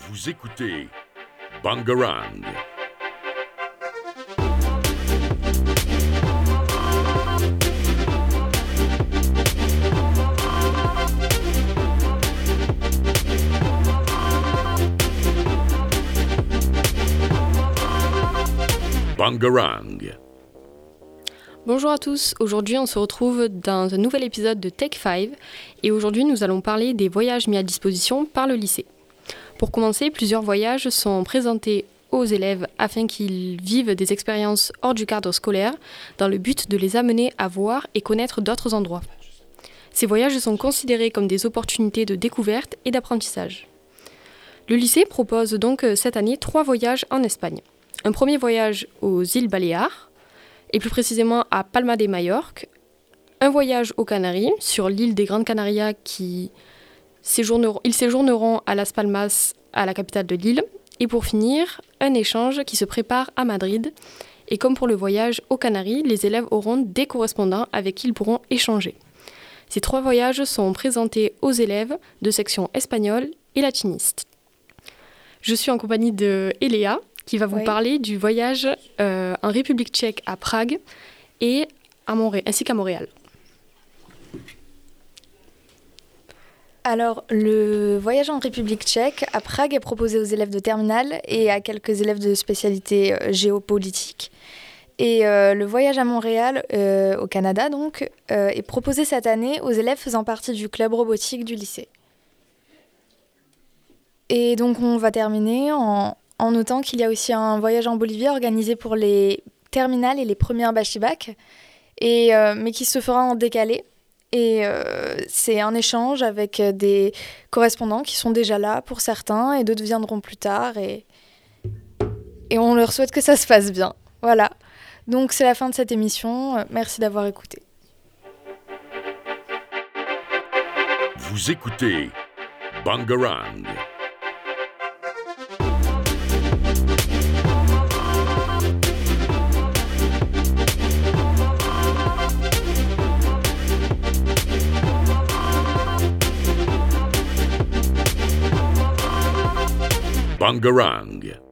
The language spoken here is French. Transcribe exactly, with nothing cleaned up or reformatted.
Vous écoutez Bangarang. Bangarang. Bonjour à tous, aujourd'hui on se retrouve dans un nouvel épisode de Tech cinq et aujourd'hui nous allons parler des voyages mis à disposition par le lycée. Pour commencer, plusieurs voyages sont présentés aux élèves afin qu'ils vivent des expériences hors du cadre scolaire dans le but de les amener à voir et connaître d'autres endroits. Ces voyages sont considérés comme des opportunités de découverte et d'apprentissage. Le lycée propose donc cette année trois voyages en Espagne. Un premier voyage aux îles Baléares, et plus précisément à Palma de Majorque, un voyage aux Canaries, sur l'île des Grandes Canarias qui séjourneront, ils séjourneront à Las Palmas, à la capitale de l'île, et pour finir, un échange qui se prépare à Madrid. Et comme pour le voyage aux Canaries, les élèves auront des correspondants avec qui ils pourront échanger. Ces trois voyages sont présentés aux élèves de section espagnole et latiniste. Je suis en compagnie de Eléa, qui va vous oui. parler du voyage euh, en République tchèque à Prague et à Montré- ainsi qu'à Montréal. Alors, le voyage en République tchèque à Prague est proposé aux élèves de terminale et à quelques élèves de spécialité euh, géopolitique. Et euh, le voyage à Montréal, euh, au Canada donc, euh, est proposé cette année aux élèves faisant partie du club robotique du lycée. Et donc, on va terminer en... en notant qu'il y a aussi un voyage en Bolivie organisé pour les terminales et les premières bachibac, et euh, mais qui se fera en décalé. Et euh, c'est un échange avec des correspondants qui sont déjà là pour certains, et d'autres viendront plus tard. Et, et on leur souhaite que ça se passe bien. Voilà. Donc c'est la fin de cette émission. Merci d'avoir écouté. Vous écoutez Bangarang. Bangarang.